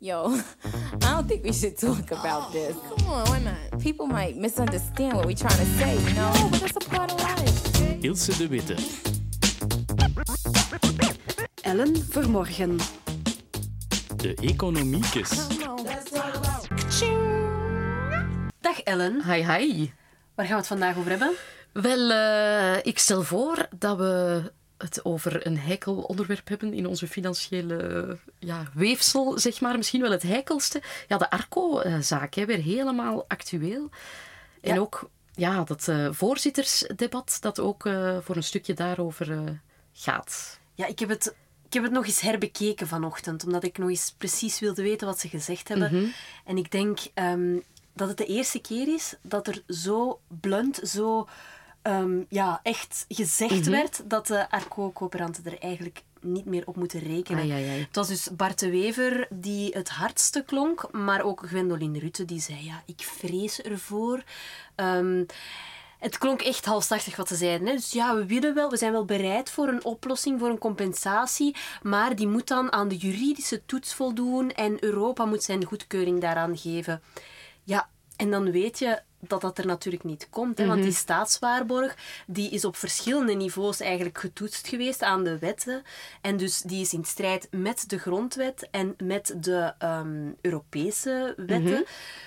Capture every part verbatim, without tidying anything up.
Yo, I don't think we should talk about this. Come on, why not? People might misunderstand what we're trying to say, you know? But that's a part of life. Ilse de Witte. Ellen Vermorgen. De Economiekes. Dag Ellen. Hi, hi. Waar gaan we het vandaag over hebben? Wel, uh, ik stel voor dat we het over een heikel onderwerp hebben in onze financiële ja, weefsel, zeg maar. Misschien wel het heikelste. Ja, de Arco-zaak, hè, weer helemaal actueel. En ja. ook ja, dat uh, voorzittersdebat dat ook uh, voor een stukje daarover uh, gaat. Ja, ik heb het... Ik heb het nog eens herbekeken vanochtend, omdat ik nog eens precies wilde weten wat ze gezegd hebben. Mm-hmm. En ik denk um, dat het de eerste keer is dat er zo blunt, zo um, ja, echt gezegd mm-hmm. werd dat de Arco-coöperanten er eigenlijk niet meer op moeten rekenen. Ai, ai, ai. Het was dus Bart de Wever die het hardste klonk, maar ook Gwendoline Rutte die zei, ja, ik vrees ervoor. Um, Het klonk echt halfslachtig wat ze zeiden. Hè? Dus ja, we willen wel, we zijn wel bereid voor een oplossing, voor een compensatie, maar die moet dan aan de juridische toets voldoen en Europa moet zijn goedkeuring daaraan geven. Ja, en dan weet je dat dat er natuurlijk niet komt. Hè? Want die staatswaarborg die is op verschillende niveaus eigenlijk getoetst geweest aan de wetten. En dus die is in strijd met de grondwet en met de um, Europese wetten. Mm-hmm.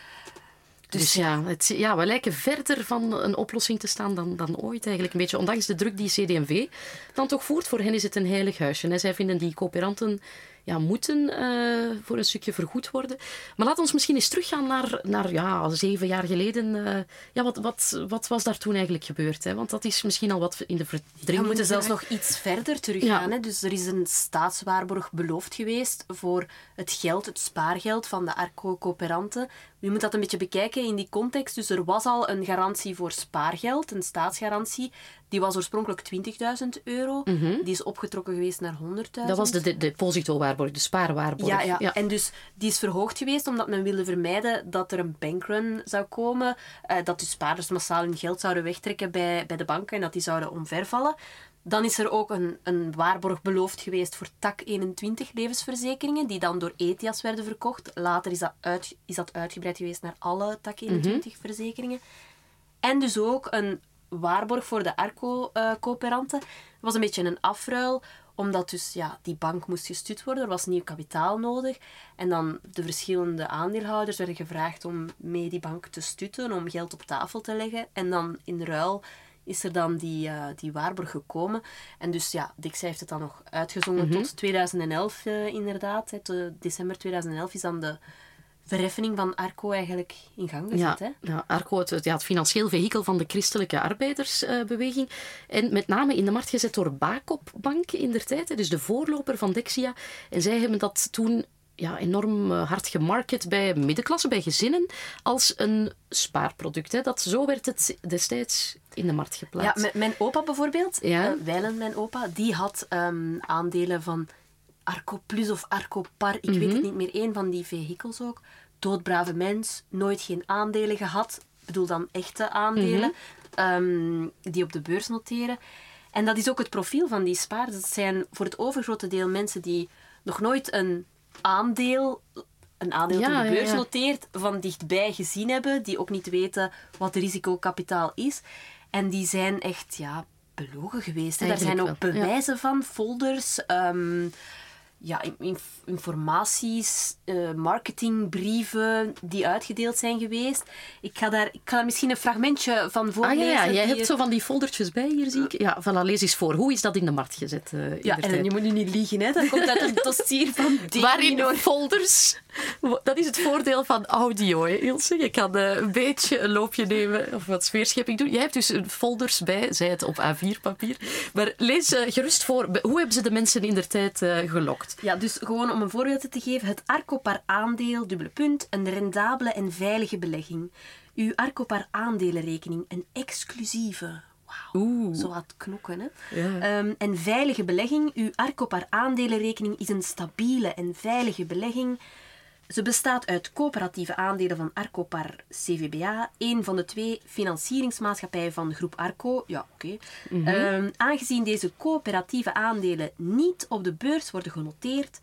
Dus, dus ja, het, ja, we lijken verder van een oplossing te staan dan, dan ooit eigenlijk. Een beetje, ondanks de druk die C D M V dan toch voert. Voor hen is het een heilig huisje. Hè. Zij vinden die coöperanten ja, moeten uh, voor een stukje vergoed worden. Maar laat ons misschien eens teruggaan naar, naar ja, zeven jaar geleden. Uh, ja, wat, wat, wat was daar toen eigenlijk gebeurd? Hè? Want dat is misschien al wat in de verdringing. Ja, we moeten zelfs nog iets verder teruggaan. Ja. Hè? Dus er is een staatswaarborg beloofd geweest voor het geld, het spaargeld van de Arco-coöperanten. Je moet dat een beetje bekijken in die context. Dus er was al een garantie voor spaargeld, een staatsgarantie. Die was oorspronkelijk twintigduizend euro. Mm-hmm. Die is opgetrokken geweest naar honderdduizend. Dat was de, de depositowaarborg, de spaarwaarborg. Ja, ja. ja, en dus die is verhoogd geweest omdat men wilde vermijden dat er een bankrun zou komen. Uh, dat dus spaarders massaal hun geld zouden wegtrekken bij, bij de banken en dat die zouden omvervallen. Dan is er ook een, een waarborg beloofd geweest voor T A C eenentwintig levensverzekeringen, die dan door Ethias werden verkocht. Later is dat, uit, is dat uitgebreid geweest naar alle T A C eenentwintig verzekeringen. En dus ook een waarborg voor de Arco-coöperanten. Dat was een beetje een afruil, omdat dus, ja, die bank moest gestut worden. Er was nieuw kapitaal nodig. En dan de verschillende aandeelhouders werden gevraagd om mee die bank te stutten, om geld op tafel te leggen. En dan in ruil is er dan die, uh, die waarborg gekomen. En dus ja, Dixa heeft het dan nog uitgezongen mm-hmm. tot tweeduizend elf uh, inderdaad. Hè. Tot december tweeduizend elf is dan de verheffening van Arco eigenlijk in gang gezet. Ja, hè? ja, Arco, het, ja, het financieel vehikel van de christelijke arbeidersbeweging. Uh, en met name in de markt gezet door Bacop Bank in der tijd. Hè, dus de voorloper van Dexia. En zij hebben dat toen ja, enorm uh, hard gemarket bij middenklasse, bij gezinnen, als een spaarproduct. Hè. Dat, zo werd het destijds in de markt geplaatst. Ja, m- mijn opa bijvoorbeeld, ja. uh, Wijlen, mijn opa, die had um, aandelen van Arco Plus of Arco Par, ik mm-hmm. weet het niet meer, één van die vehikels ook. Doodbrave mens, nooit geen aandelen gehad. Ik bedoel dan echte aandelen, mm-hmm. um, die op de beurs noteren. En dat is ook het profiel van die spaarders. Dat zijn voor het overgrote deel mensen die nog nooit een aandeel, een aandeel ja, op de beurs ja, ja. noteert, van dichtbij gezien hebben, die ook niet weten wat risicokapitaal is. En die zijn echt ja, belogen geweest. Hè. Daar zijn ook wel. bewijzen ja. van, folders, um, ja, inf- informaties, uh, marketingbrieven die uitgedeeld zijn geweest. Ik ga daar, ik ga daar misschien een fragmentje van voorlezen. Ah ja, ja. jij die... hebt zo van die foldertjes bij hier, zie ik. Ja, voilà, lees eens voor. Hoe is dat in de markt gezet? Uh, ja, en je moet nu niet liegen, hè. Dat komt uit een dossier van D. Waarin folders... Dat is het voordeel van audio, hè, Ilse. Je kan uh, een beetje een loopje nemen of wat sfeerschepping doen. Jij hebt dus folders bij, zij het op A vier papier. Maar lees uh, gerust voor. Hoe hebben ze de mensen in der tijd uh, gelokt? Ja, dus gewoon om een voorbeeld te geven. Het Arco Par aandeel, dubbele punt, een rendabele en veilige belegging. Uw Arco Par aandelenrekening, een exclusieve... Wauw, zo wat knokken, hè. Ja. Um, en veilige belegging. Uw Arco Par aandelenrekening is een stabiele en veilige belegging. Ze bestaat uit coöperatieve aandelen van Arco Par C V B A, een van de twee financieringsmaatschappijen van groep Arco. Ja, oké. Okay. Mm-hmm. Um, aangezien deze coöperatieve aandelen niet op de beurs worden genoteerd,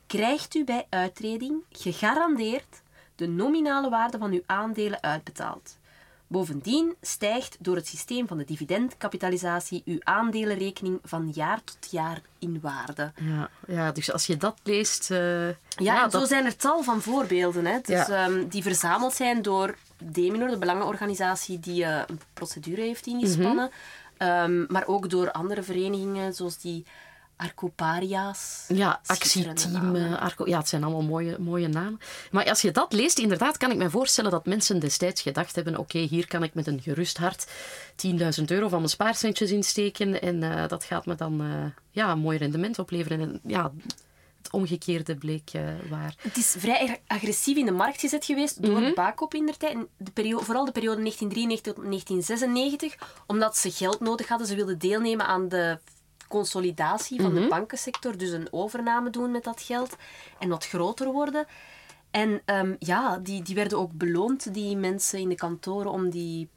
krijgt u bij uittreding gegarandeerd de nominale waarde van uw aandelen uitbetaald. Bovendien stijgt door het systeem van de dividendkapitalisatie uw aandelenrekening van jaar tot jaar in waarde. Ja, ja, dus als je dat leest... Uh, ja, ja, en zo dat... zijn er tal van voorbeelden. Hè. Dus, Ja. um, die verzameld zijn door DEMINOR, de belangenorganisatie die uh, een procedure heeft ingespannen. Mm-hmm. Um, maar ook door andere verenigingen, zoals die Arcoparia's. Ja, actieteam, uh, Arco, ja, het zijn allemaal mooie, mooie namen. Maar als je dat leest, inderdaad kan ik me voorstellen dat mensen destijds gedacht hebben, oké, okay, hier kan ik met een gerust hart tienduizend euro van mijn spaarcentjes insteken en uh, dat gaat me dan uh, ja, een mooi rendement opleveren. En ja, het omgekeerde bleek uh, waar. Het is vrij agressief in de markt gezet geweest door mm-hmm. Bakop in der tijd. De periode, vooral de periode negentien drieënnegentig tot negentien zesennegentig, omdat ze geld nodig hadden. Ze wilden deelnemen aan de consolidatie van mm-hmm. de bankensector, dus een overname doen met dat geld en wat groter worden. En um, ja, die, die werden ook beloond, die mensen in de kantoren, om die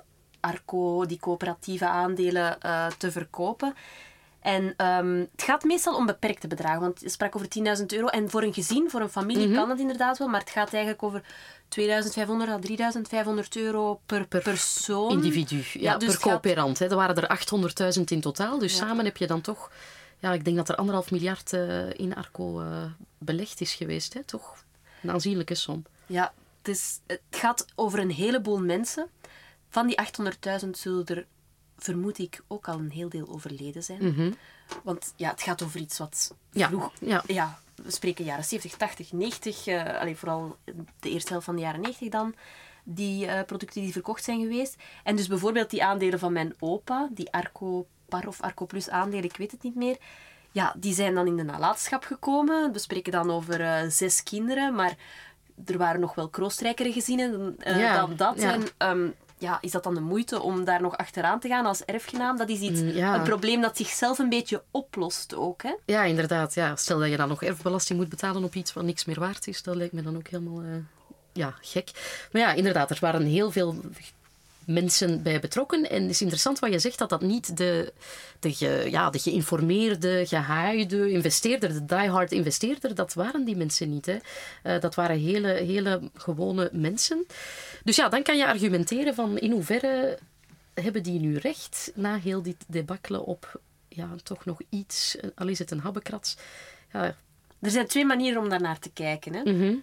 Arco, die coöperatieve aandelen uh, te verkopen. En um, het gaat meestal om beperkte bedragen, want je sprak over tienduizend euro. En voor een gezin, voor een familie mm-hmm. kan het inderdaad wel, maar het gaat eigenlijk over tweeduizend vijfhonderd à drieduizend vijfhonderd euro per, per persoon. Individu, ja, ja dus per coöperant. Hè. Er waren er achthonderdduizend in totaal, dus ja. samen heb je dan toch... Ja, ik denk dat er anderhalf miljard uh, in Arco uh, belegd is geweest, hè. Toch een aanzienlijke som. Ja, het, is, het gaat over een heleboel mensen. Van die achthonderdduizend zullen er, vermoed ik, ook al een heel deel overleden zijn. Mm-hmm. Want ja, het gaat over iets wat ja, vroeg... Ja. Ja, we spreken jaren zeventig, tachtig, negentig. Uh, allee, vooral de eerste helft van de jaren negentig dan. Die uh, producten die verkocht zijn geweest. En dus bijvoorbeeld die aandelen van mijn opa, die Arco Par of Arco Plus aandelen, ik weet het niet meer. Ja, die zijn dan in de nalatenschap gekomen. We spreken dan over uh, zes kinderen, maar er waren nog wel kroostrijkere gezinnen uh, ja, dan dat. Ja. En, um, ja, is dat dan de moeite om daar nog achteraan te gaan als erfgenaam? Dat is iets, ja. een probleem dat zichzelf een beetje oplost ook, hè? Ja, inderdaad. Ja. Stel dat je dan nog erfbelasting moet betalen op iets wat niks meer waard is, dat lijkt me dan ook helemaal uh, ja, gek. Maar ja, inderdaad, er waren heel veel mensen bij betrokken. En het is interessant wat je zegt, dat dat niet de, de, ge, ja, de geïnformeerde, gehaaide investeerder, de diehard investeerder, dat waren die mensen niet. Hè. Uh, dat waren hele, hele gewone mensen. Dus ja, dan kan je argumenteren van in hoeverre hebben die nu recht na heel dit debakkelen op ja, toch nog iets, al is het een habbekrats. Ja. Er zijn twee manieren om daarnaar te kijken. Hè. Mm-hmm.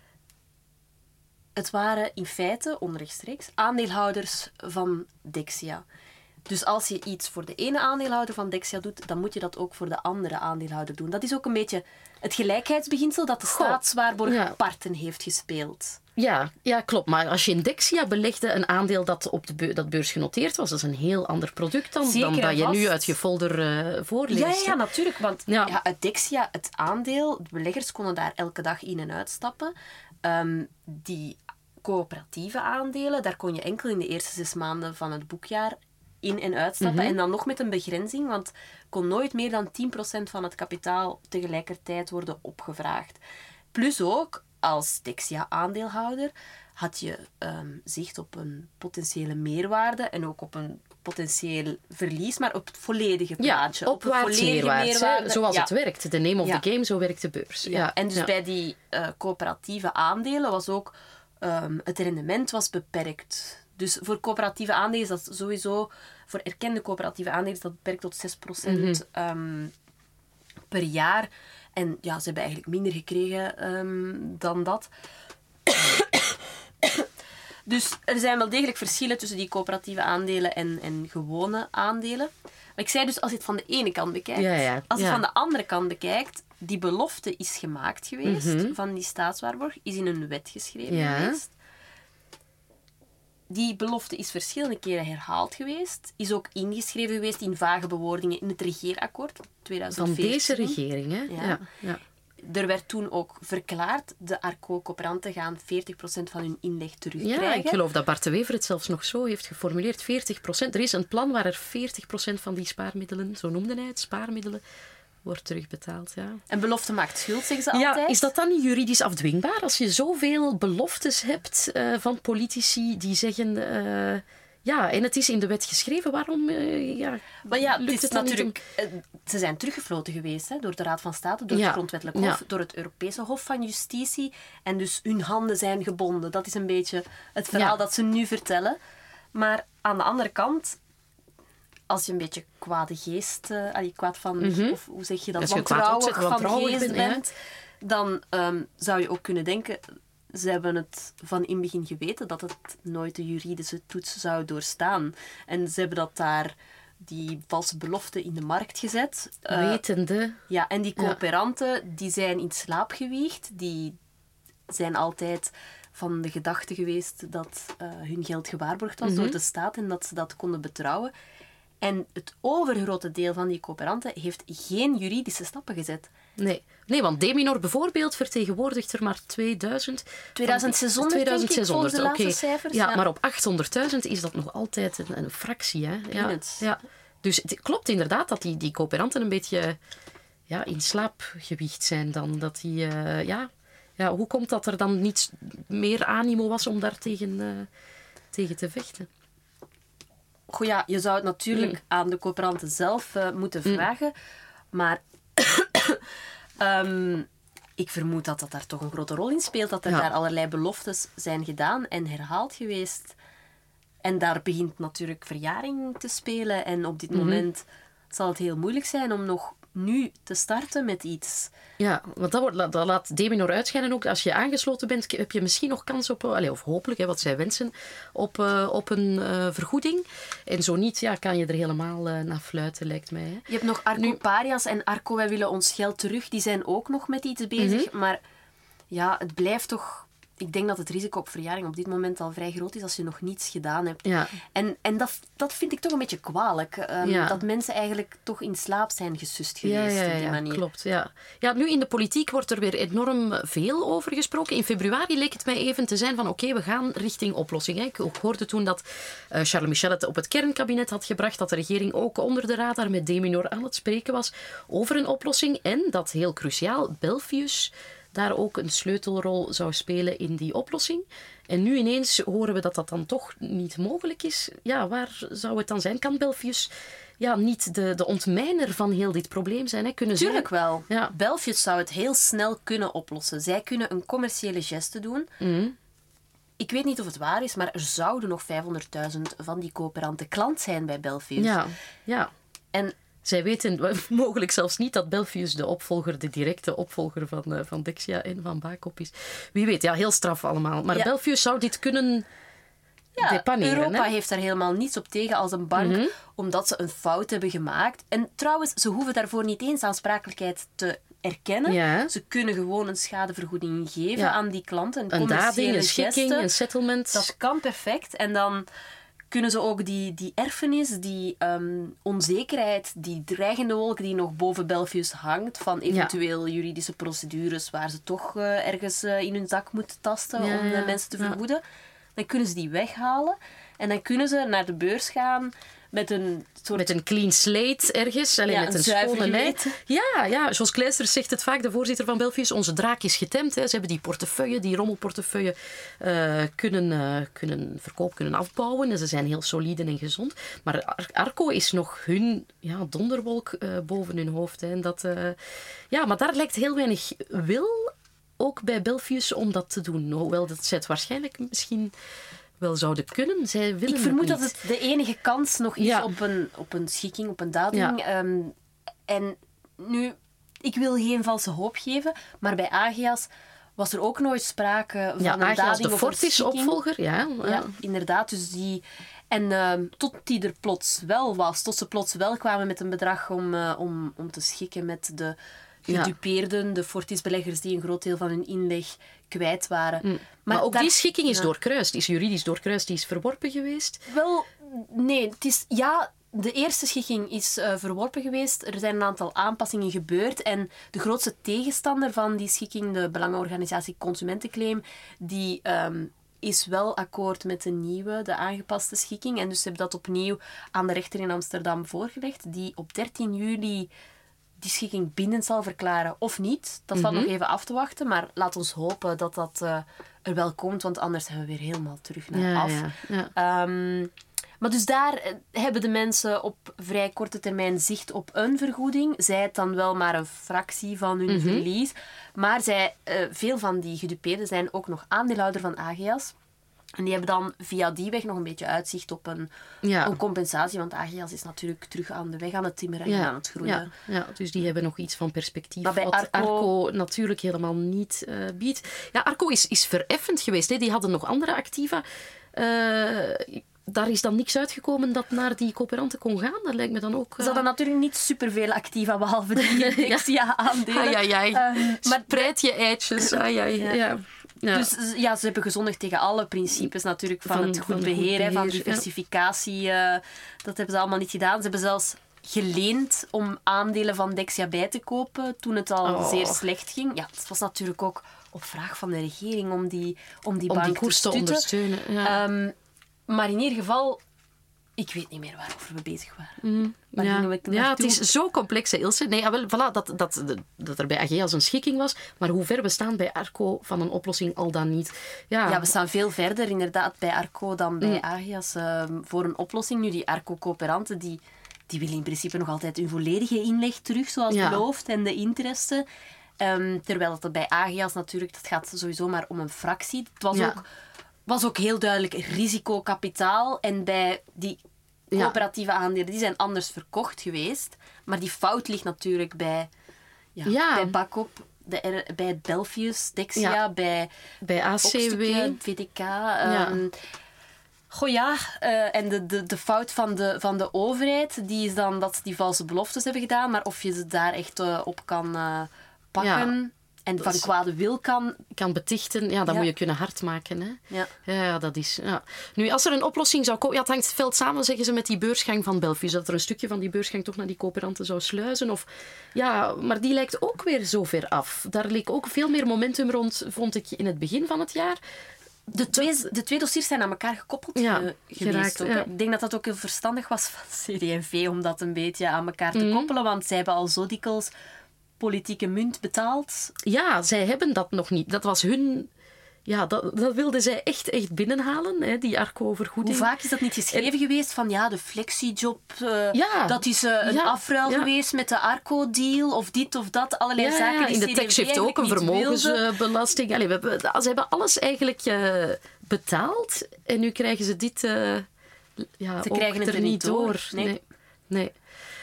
Het waren in feite, onrechtstreeks, aandeelhouders van Dexia. Dus als je iets voor de ene aandeelhouder van Dexia doet, dan moet je dat ook voor de andere aandeelhouder doen. Dat is ook een beetje het gelijkheidsbeginsel dat de Goh, staatswaarborg ja. parten heeft gespeeld. Ja, ja, klopt. Maar als je in Dexia belegde een aandeel dat op de beu- dat beurs genoteerd was, dat is een heel ander product dan, Zeker dan dat je vast. nu uit je folder uh, voorleest. Ja, ja, ja, natuurlijk. Want ja. Ja, uit Dexia, het aandeel, de beleggers konden daar elke dag in en uitstappen. Um, die coöperatieve aandelen, daar kon je enkel in de eerste zes maanden van het boekjaar in- en uitstappen. Mm-hmm. En dan nog met een begrenzing, want kon nooit meer dan tien procent van het kapitaal tegelijkertijd worden opgevraagd. Plus ook, als Dexia-aandeelhouder had je um, zicht op een potentiële meerwaarde en ook op een potentieel verlies, maar op het volledige plaatje. Ja, opwaarts meerwaarde, meerwaarde. Zoals ja. het werkt. De name of ja. the game, zo werkt de beurs. Ja. Ja. En dus ja. bij die uh, coöperatieve aandelen was ook um, het rendement was beperkt. Dus voor coöperatieve aandelen is dat sowieso, voor erkende coöperatieve aandelen is dat beperkt tot zes procent mm-hmm. um, per jaar. En ja, ze hebben eigenlijk minder gekregen um, dan dat. Dus er zijn wel degelijk verschillen tussen die coöperatieve aandelen en, en gewone aandelen. Maar ik zei dus, als je het van de ene kant bekijkt, ja, ja. als je ja. het van de andere kant bekijkt, die belofte is gemaakt geweest mm-hmm. van die staatswaarborg, is in een wet geschreven ja. geweest. Die belofte is verschillende keren herhaald geweest. Is ook ingeschreven geweest in vage bewoordingen in het regeerakkoord twintig veertien. Van deze regering, hè? Ja. Ja. Ja. Er werd toen ook verklaard, de Arco-coöperanten gaan veertig procent van hun inleg terugkrijgen. Ja, ik geloof dat Bart de Wever het zelfs nog zo heeft geformuleerd. veertig procent. Er is een plan waar er veertig procent van die spaarmiddelen, zo noemde hij het, spaarmiddelen, wordt terugbetaald. Ja. En belofte maakt schuld, zeggen ze ja, altijd. Is dat dan niet juridisch afdwingbaar? Als je zoveel beloftes hebt uh, van politici die zeggen... Uh, Ja, en het is in de wet geschreven. Waarom uh, ja, Maar ja, het lukt is het dan natuurlijk, niet eh, ze zijn teruggefloten geweest hè, door de Raad van State, door Ja. het Grondwettelijk Hof, Ja. door het Europese Hof van Justitie. En dus hun handen zijn gebonden. Dat is een beetje het verhaal Ja. dat ze nu vertellen. Maar aan de andere kant, als je een beetje kwade geest, uh, allee, kwaad van, Mhm. of hoe zeg je dat, Als je wantrouwig kwaad opzet, van wantrouwig geest bent, ja. bent, dan um, zou je ook kunnen denken, ze hebben het van in het begin geweten dat het nooit de juridische toets zou doorstaan. En ze hebben dat daar, die valse belofte, in de markt gezet. Uh, wetende. ja, en die Ja. coöperanten, die zijn in slaap gewiegd. Die zijn altijd van de gedachte geweest dat uh, hun geld gewaarborgd was Mhm. door de staat en dat ze dat konden betrouwen. En het overgrote deel van die coöperanten heeft geen juridische stappen gezet. Nee. nee, want Deminor bijvoorbeeld vertegenwoordigt er maar tweeduizend. tweeduidzendzeshonderd, tweeduidzendzeshonderd, denk ik, volgens de oké. laatste cijfers. Ja, Ja. maar op achthonderdduizend is dat nog altijd een, een fractie. Hè? Ja, Peanuts. ja. Dus het klopt inderdaad dat die, die coöperanten een beetje ja, in slaap gewiegd zijn dan. Dat die, uh, ja, ja, hoe komt dat er dan niet meer animo was om daar tegen, uh, tegen te vechten? Goh, ja, je zou het natuurlijk Mm. aan de coöperanten zelf uh, moeten vragen. Maar um, ik vermoed dat dat daar toch een grote rol in speelt. Dat er Ja. daar allerlei beloftes zijn gedaan en herhaald geweest. En daar begint natuurlijk verjaring te spelen. En op dit Mhm. moment zal het heel moeilijk zijn om nog nu te starten met iets. Ja, want dat, wordt, dat laat Deminor uitschijnen ook. Als je aangesloten bent, heb je misschien nog kans op, allez, of hopelijk, hè, wat zij wensen, op, uh, op een uh, vergoeding. En zo niet, ja, kan je er helemaal uh, naar fluiten, lijkt mij. Hè. Je hebt nog Arco Nu- Parias en Arco Wij Willen Ons Geld Terug. Die zijn ook nog met iets bezig. Mhm. Maar ja, het blijft toch... Ik denk dat het risico op verjaring op dit moment al vrij groot is als je nog niets gedaan hebt. Ja. En, en dat, dat vind ik toch een beetje kwalijk. Um, Ja. Dat mensen eigenlijk toch in slaap zijn gesust geweest Ja, ja, op die ja, manier. klopt. Ja. Ja, nu in de politiek wordt er weer enorm veel over gesproken. In februari leek het mij even te zijn van oké, okay, we gaan richting oplossing. Hè. Ik hoorde toen dat uh, Charles Michel het op het kernkabinet had gebracht, dat de regering ook onder de radar met Deminor aan het spreken was over een oplossing. En dat, heel cruciaal, Belfius daar ook een sleutelrol zou spelen in die oplossing. En nu ineens horen we dat dat dan toch niet mogelijk is. Ja, waar zou het dan zijn? Kan Belfius ja, niet de, de ontmijner van heel dit probleem zijn? Hè? Kunnen Tuurlijk zij... wel. Ja. Belfius zou het heel snel kunnen oplossen. Zij kunnen een commerciële geste doen. Mm. Ik weet niet of het waar is, maar er zouden nog vijfhonderdduizend van die coöperanten klant zijn bij Belfius. Ja, ja. En Zij weten mogelijk zelfs niet dat Belfius de opvolger, de directe opvolger van, uh, van Dexia en van Bakop is. Wie weet, ja, heel straf allemaal. Maar Ja. Belfius zou dit kunnen ja, depaneren. Europa Hè? heeft daar helemaal niets op tegen als een bank, Mhm. omdat ze een fout hebben gemaakt. En trouwens, ze hoeven daarvoor niet eens aansprakelijkheid te erkennen. Ja. Ze kunnen gewoon een schadevergoeding geven Ja. aan die klanten. Een, Een dading, commerciële een schikking, geste. een settlement. Dat kan perfect. En dan kunnen ze ook die, die erfenis, die um, onzekerheid, die dreigende wolk die nog boven Belfius hangt, van eventueel juridische procedures waar ze toch uh, ergens uh, in hun zak moeten tasten Ja, om de ja, mensen te ja. vergoeden, dan kunnen ze die weghalen. En dan kunnen ze naar de beurs gaan met een soort... Met een clean slate ergens, alleen Ja, met een een zuiver schone lijn. geweten. Ja, ja, Jos Kleisters zegt het vaak, de voorzitter van Belfius. Onze draak is getemd. Hè. Ze hebben die portefeuille, die rommelportefeuille, uh, kunnen, uh, kunnen verkopen, kunnen afbouwen. En ze zijn heel solide en gezond. Maar Ar- Arco is nog hun ja, donderwolk uh, boven hun hoofd. Hè. En dat, uh, ja, maar daar lijkt heel weinig wil, ook bij Belfius, om dat te doen. Hoewel dat zij het waarschijnlijk misschien wel zouden kunnen. Zij willen Ik vermoed het dat niet. het de enige kans nog is Ja. op, een, op een schikking, op een dating. Ja. Um, en nu, ik wil geen valse hoop geven, maar bij Agias was er ook nooit sprake van Ja, een Agias dating de of een Fortis schikking. opvolger, ja. Ja, inderdaad. Dus die... En um, tot die er plots wel was, tot ze plots wel kwamen met een bedrag om, uh, om, om te schikken met de gedupeerden, de Fortis-beleggers die een groot deel van hun inleg kwijt waren. Mm. Maar, maar ook daar- die schikking is ja. doorkruist, is juridisch doorkruist, die is verworpen geweest. Wel, nee. Het is, ja, de eerste schikking is uh, verworpen geweest. Er zijn een aantal aanpassingen gebeurd. En de grootste tegenstander van die schikking, de belangenorganisatie Consumentenclaim, die um, is wel akkoord met de nieuwe, de aangepaste schikking. En dus ze hebben dat opnieuw aan de rechter in Amsterdam voorgelegd, die op dertien juli die schikking bindend zal verklaren of niet. Dat valt Mhm. nog even af te wachten, maar laat ons hopen dat dat uh, er wel komt, want anders zijn we weer helemaal terug naar Ja, af. ja, ja. Um, Maar dus daar eh, hebben de mensen op vrij korte termijn zicht op een vergoeding. Zij het dan wel maar een fractie van hun Mhm. verlies. Maar zij, eh, veel van die gedupeerden zijn ook nog aandeelhouder van Ageas. En die hebben dan via die weg nog een beetje uitzicht op een, Ja. een compensatie. Want Ageas is natuurlijk terug aan de weg aan het timmeren en aan het groeien. Ja, ja, dus die hebben nog iets van perspectief. Maar bij wat Arco- Arco natuurlijk helemaal niet eh, biedt. Ja, Arco is, is vereffend geweest. Hè. Die hadden nog andere activa. Eh, daar is dan niks uitgekomen dat naar die coöperanten kon gaan. Dat lijkt me dan ook... Ze eh, hadden natuurlijk niet superveel activa, behalve die Dexia-aandelen. Ai, ai, ai. Ehm, maar Spreid je eitjes. Ai, ai. Ja. Ja. Ja. Dus ja, ze hebben gezondigd tegen alle principes natuurlijk van, Van- het goed van goed beheer, hè, van beheer, ja. diversificatie. eh, dat hebben ze allemaal niet gedaan. Ze hebben zelfs geleend om aandelen van Dexia bij te kopen toen het al Oh. zeer slecht ging. Ja, het was natuurlijk ook op vraag van de regering om die, om die Om bank die koers te te stutten. ondersteunen. Ja. Ehm, maar in ieder geval, ik weet niet meer waarover we bezig waren. Waar Ja, gingen we toen ja, het naartoe? is zo complex, hè, Ilse. Nee, ah, wel, voilà, dat, dat, dat er bij Ageas een schikking was. Maar hoe ver we staan bij Arco van een oplossing al dan niet. Ja, Ja, we staan veel verder inderdaad bij Arco dan bij Mm. Ageas ehm, voor een oplossing. Nu, die Arco-coöperanten, die, die willen in principe nog altijd hun volledige inleg terug, zoals Ja. beloofd, en de interesten. Ehm, terwijl het bij Ageas natuurlijk, dat gaat sowieso maar om een fractie. Het was, Ja. ook, was ook heel duidelijk risicokapitaal. En bij die Ja. coöperatieve aandelen, die zijn anders verkocht geweest. Maar die fout ligt natuurlijk bij, ja, Ja. bij Bacop, de R- bij Belfius, Dexia, Ja. bij... bij A C W. Okstukje, V D K. ehm Goh ja, eh, en de, de, de fout van de, van de overheid, die is dan dat ze die valse beloftes hebben gedaan, maar of je ze daar echt eh, op kan eh, pakken en van is- kwade wil kan... Kan betichten, ja, dan Ja. moet je kunnen hard maken. Hè. Ja. Ja, ja, dat is... Ja. Nu, als er een oplossing zou komen... Ja, het hangt het veld samen, zeggen ze, met die beursgang van Belfius. Dat er een stukje van die beursgang toch naar die coöperanten zou sluizen. Of, ja, maar die lijkt ook weer zo ver af. Daar leek ook veel meer momentum rond, vond ik, in het begin van het jaar. De twee, de twee dossiers zijn aan elkaar gekoppeld Ja, ge- geweest. geraakt, ook, ja. hè. Ik denk dat dat ook heel verstandig was van C D en V om dat een beetje aan elkaar te Mhm. koppelen, want zij hebben al zo dikwijls politieke munt betaald. Ja, zij hebben dat nog niet. Dat was hun... Ja, dat, dat wilden zij echt, echt binnenhalen, hè, die Hoe Arco-vergoeding. vaak is dat niet geschreven geweest van ja, de flexiejob, eh, Ja. dat is eh, een Ja, afruil ja. geweest met de Arco-deal of dit of dat, allerlei Ja, zaken ja, die in de C D en V tekst heeft ook een eigenlijk niet wilde. vermogensbelasting. Allee, we hebben, ze hebben alles eigenlijk eh, betaald en nu krijgen ze dit eh, ja, Ze ook krijgen het er er niet door. Nee. Nee. nee.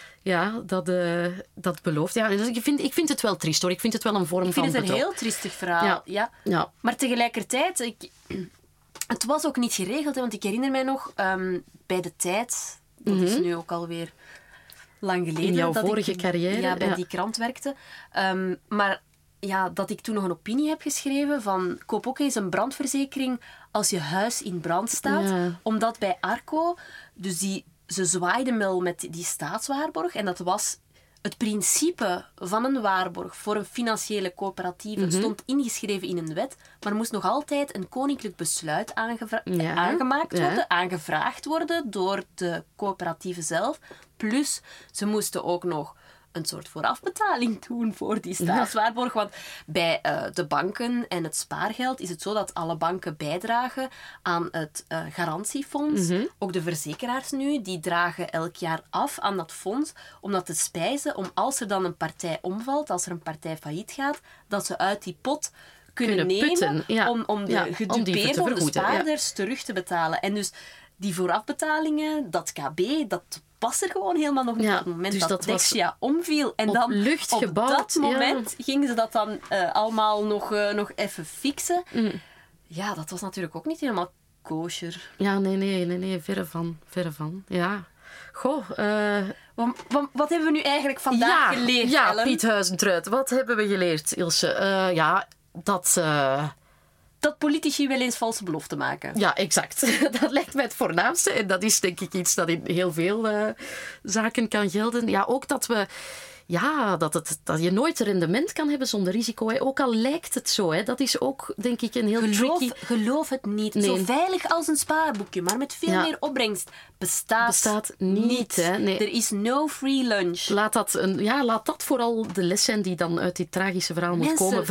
Ja, dat, eh, dat belooft. Ja, dus ik, vind, ik vind het wel triest hoor. Ik vind het wel een vorm Ik van vind het een bedrog. heel triestig verhaal. Ja. Ja. Ja. Maar tegelijkertijd, ik, het was ook niet geregeld, hè, want ik herinner mij nog ehm, bij de tijd, dat is nu ook alweer lang geleden. Mhm. In jouw dat vorige ik, carrière, Ja, bij ja. die krant werkte. Ehm, maar ja, dat ik toen nog een opinie heb geschreven van koop ook eens een brandverzekering als je huis in brand staat. Ja. Omdat bij Arco, dus die, ze zwaaiden wel met die staatswaarborg en dat was... Het principe van een waarborg voor een financiële coöperatieve Mhm. stond ingeschreven in een wet, maar moest nog altijd een koninklijk besluit aangevra- Ja, aangemaakt ja. worden, aangevraagd worden door de coöperatieve zelf. Plus, ze moesten ook nog een soort voorafbetaling doen voor die staatswaarborg. Want bij eh, de banken en het spaargeld is het zo dat alle banken bijdragen aan het eh, garantiefonds. Ook de verzekeraars nu, die dragen elk jaar af aan dat fonds om dat te spijzen, om als er dan een partij omvalt, als er een partij failliet gaat, dat ze uit die pot kunnen, Kunnen nemen putten, ja. om, om de Ja, om die te gedupeerden, om de vergoeden, ja. spaarders terug te betalen. En dus die voorafbetalingen, dat K B, dat was er gewoon helemaal nog niet Ja, op het moment dus dat, dat was Dexia omviel. En op dan lucht op gebouwd, dat ja. moment gingen ze dat dan eh, allemaal nog, eh, nog even fixen. Mm. Ja, dat was natuurlijk ook niet helemaal kosher. Ja, nee, nee, nee, nee, verre van, verre van. Ja. Goh, eh, Wat, wat, wat hebben we nu eigenlijk vandaag ja, geleerd, ja, Ellen? Piet Huizentruid. Wat hebben we geleerd, Ilse? Eh, ja, dat... eh, Dat politici wel eens valse beloften maken. Ja, exact. Dat lijkt mij het voornaamste. En dat is denk ik iets dat in heel veel eh, zaken kan gelden. Ja, ook dat we... Ja, dat, het, dat je nooit een rendement kan hebben zonder risico. Hè. Ook al lijkt het zo. Hè. Dat is ook, denk ik, een heel Geloof, tricky... geloof het niet. Nee. Zo veilig als een spaarboekje, maar met veel Ja. meer opbrengst, bestaat, Bestaat niet, hè. Nee. Er is no free lunch. Laat dat, een, ja, laat dat vooral de les zijn die dan uit dit tragische verhaal moet Mensen komen. Ver- die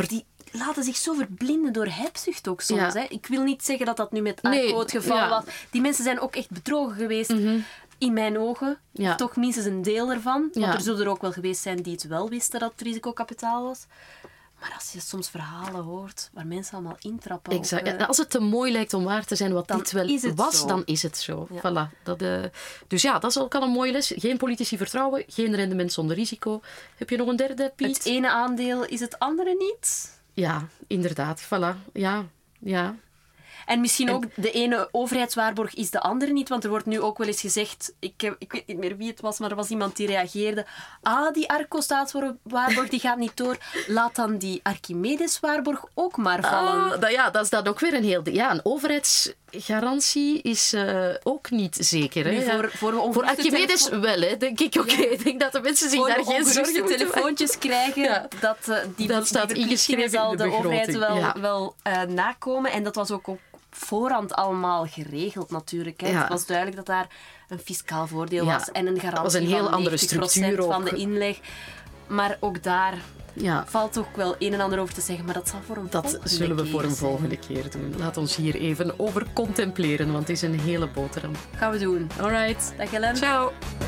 laten zich zo verblinden door hebzucht ook soms. Ja. Hè. Ik wil niet zeggen dat dat nu met Nee, Arco het geval ja. was. Die mensen zijn ook echt bedrogen geweest. Mhm. In mijn ogen. Ja. Toch minstens een deel ervan. Want Ja. er zullen er ook wel geweest zijn die het wel wisten dat het risicokapitaal was. Maar als je soms verhalen hoort waar mensen allemaal intrappen... Exact. Op, uh, Ja, als het te mooi lijkt om waar te zijn wat Dan dit wel is het was, zo. dan is het zo. Ja. Voilà. Dat, uh, dus ja, dat is ook al een mooie les. Geen politici vertrouwen, geen rendement zonder risico. Heb je nog een derde, Piet? het ene aandeel is het andere niet. Ja, inderdaad. Voilà. Ja, ja. En misschien ook de ene overheidswaarborg is de andere niet. Want er wordt nu ook wel eens gezegd... Ik, heb, ik weet niet meer wie het was, maar er was iemand die reageerde. Ah, die Arco-staatswaarborg die gaat niet door. Laat dan die Archimedes-waarborg ook maar vallen. Ah, dat, ja, dat is dan ook weer een heel... Ja, een overheidsgarantie is uh, ook niet zeker. Hè? Nu, Ja. voor, voor, we Voor ongeruste Archimedes telefo- wel, hè, denk ik. Oké, ik denk dat de mensen zich voor daar we geen ongeruste zorgen moeten maken. telefoontjes krijgen, Ja. dat uh, die, Dat die staat verplichtingen ingeschreven in zal de de, overheid begroting. wel, Ja. wel uh, nakomen. En dat was ook op voorhand allemaal geregeld natuurlijk. Hè. Ja. Het was duidelijk dat daar een fiscaal voordeel Ja. was en een garantie was een heel van andere negentig procent structuur van ook. de inleg. Maar ook daar Ja. valt ook wel een en ander over te zeggen, maar dat zal voor een Dat volgende zullen we keer voor een zijn. volgende keer doen. Laat ons hier even over contempleren, want het is een hele boterham. Gaan we doen. Alright. Dag Helen. Ciao.